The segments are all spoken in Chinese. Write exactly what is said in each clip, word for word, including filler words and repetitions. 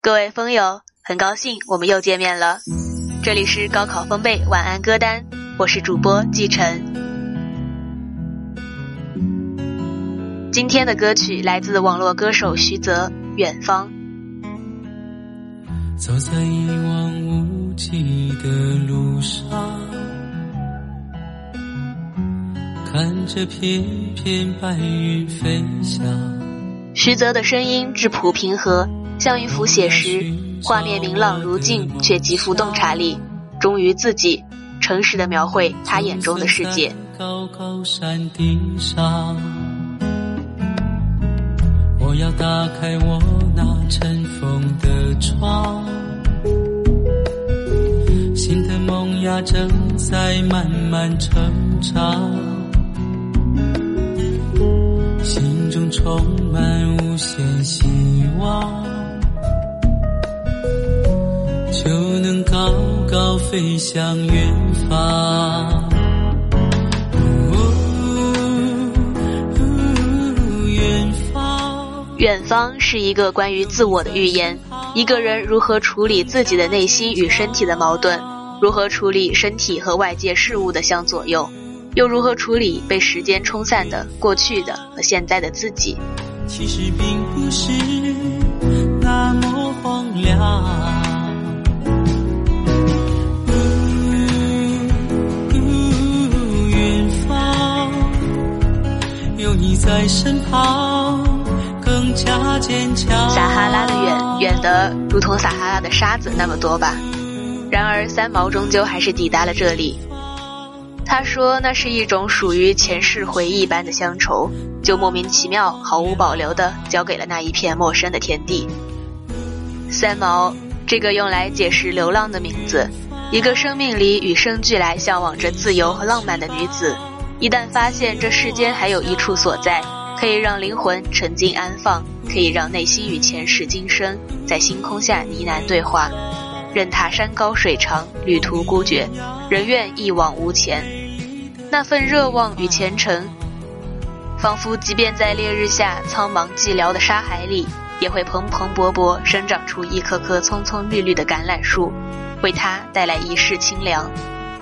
各位风友，很高兴我们又见面了。这里是高考风贝晚安歌单，我是主播季晨。今天的歌曲来自网络歌手徐泽，《远方》。 走在一望无际的路上，看着片片白云飞翔。 徐泽的声音质朴平和，像一幅写实，画面明朗如镜，却极富洞察力，忠于自己，诚实地描绘他眼中的世界。 高高山顶上，我要打开我那尘封的窗，新的萌芽正在慢慢成长，心中充满无限希望，就能高高飞向远方。 远方是一个关于自我的寓言，一个人如何处理自己的内心与身体的矛盾，如何处理身体和外界事物的相左右，又如何处理被时间冲散的过去的和现在的自己。 其实并不是那么荒凉，远方有你在身旁，更加坚强。 撒哈拉的远，远的如同撒哈拉的沙子那么多吧。然而三毛终究还是抵达了这里。他说那是一种属于前世回忆般的乡愁，就莫名其妙毫无保留地交给了那一片陌生的天地。三毛，这个用来解释流浪的名字，一个生命里与生俱来向往着自由和浪漫的女子，一旦发现这世间还有一处所在，可以让灵魂沉静安放，可以让内心与前世今生在星空下呢喃对话，任踏山高水长，旅途孤绝，人愿一往无前。那份热望与虔诚，仿佛即便在烈日下苍茫寂寥的沙海里，也会蓬蓬勃勃生长出一棵棵葱葱绿绿的橄榄树，为它带来一世清凉。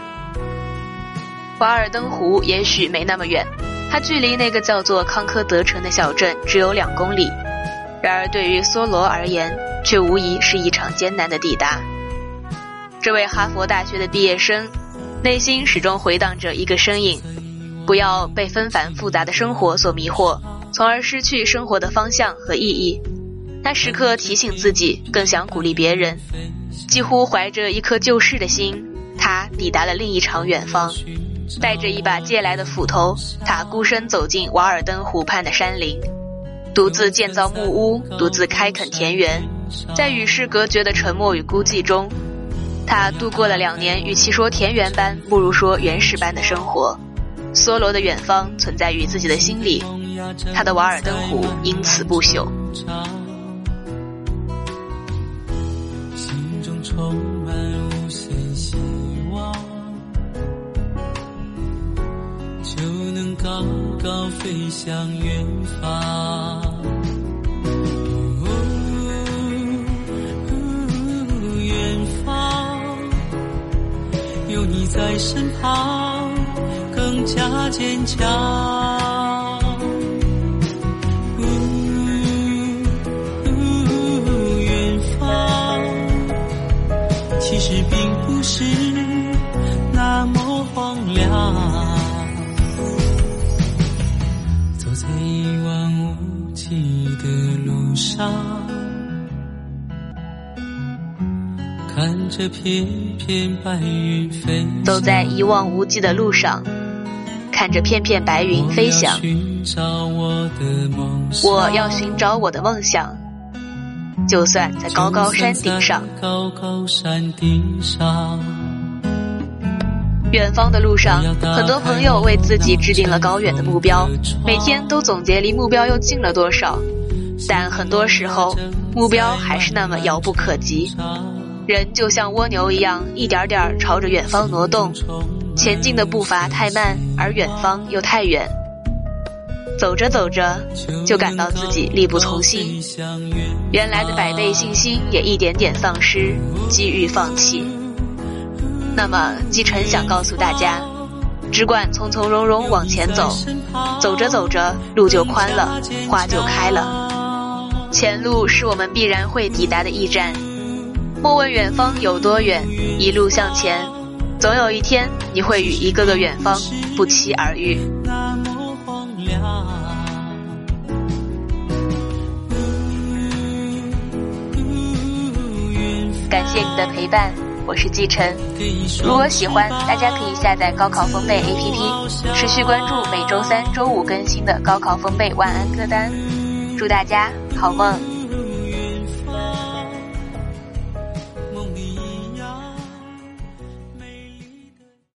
瓦尔登湖也许没那么远，它距离那个叫做康科德城的小镇只有两公里，然而对于梭罗而言，却无疑是一场艰难的抵达。这位哈佛大学的毕业生，内心始终回荡着一个声音：不要被纷繁复杂的生活所迷惑，从而失去生活的方向和意义。他时刻提醒自己，更想鼓励别人。几乎怀着一颗救世的心，他抵达了另一场远方。带着一把借来的斧头，他孤身走进瓦尔登湖畔的山林，独自建造木屋，独自开垦田园。在与世隔绝的沉默与孤寂中，他度过了两年与其说田园般，不如说原始般的生活。梭罗的远方存在于自己的心里，他的瓦尔登湖因此不朽。 心中充满无限希望，就能高高飞向远方。远方有你在身旁，更加坚强。远方其实并不是那么荒凉，走在一望无际的路上，看着片片白云飞翔。 走在一望无际的路上，看着片片白云飞翔。我要寻找我的梦想，就算在高高山顶上。 高高山顶上， 远方的路上，很多朋友为自己制定了高远的目标，每天都总结离目标又近了多少，但很多时候目标还是那么遥不可及。人就像蜗牛一样，一点点朝着远方挪动，前进的步伐太慢，而远方又太远。 走着走着就感到自己力不从心，原来的百倍信心也一点点丧失，机遇放弃。那么季晨想告诉大家，只管从从容容往前走，走着走着路就宽了，花就开了。前路是我们必然会抵达的驿站，莫问远方有多远，一路向前，总有一天你会与一个个远方不期而遇。感谢你的陪伴，我是季晨。如果喜欢，大家可以下载高考风贝 A P P， 持续关注每周三、周五更新的高考风贝晚安歌单。祝大家好梦。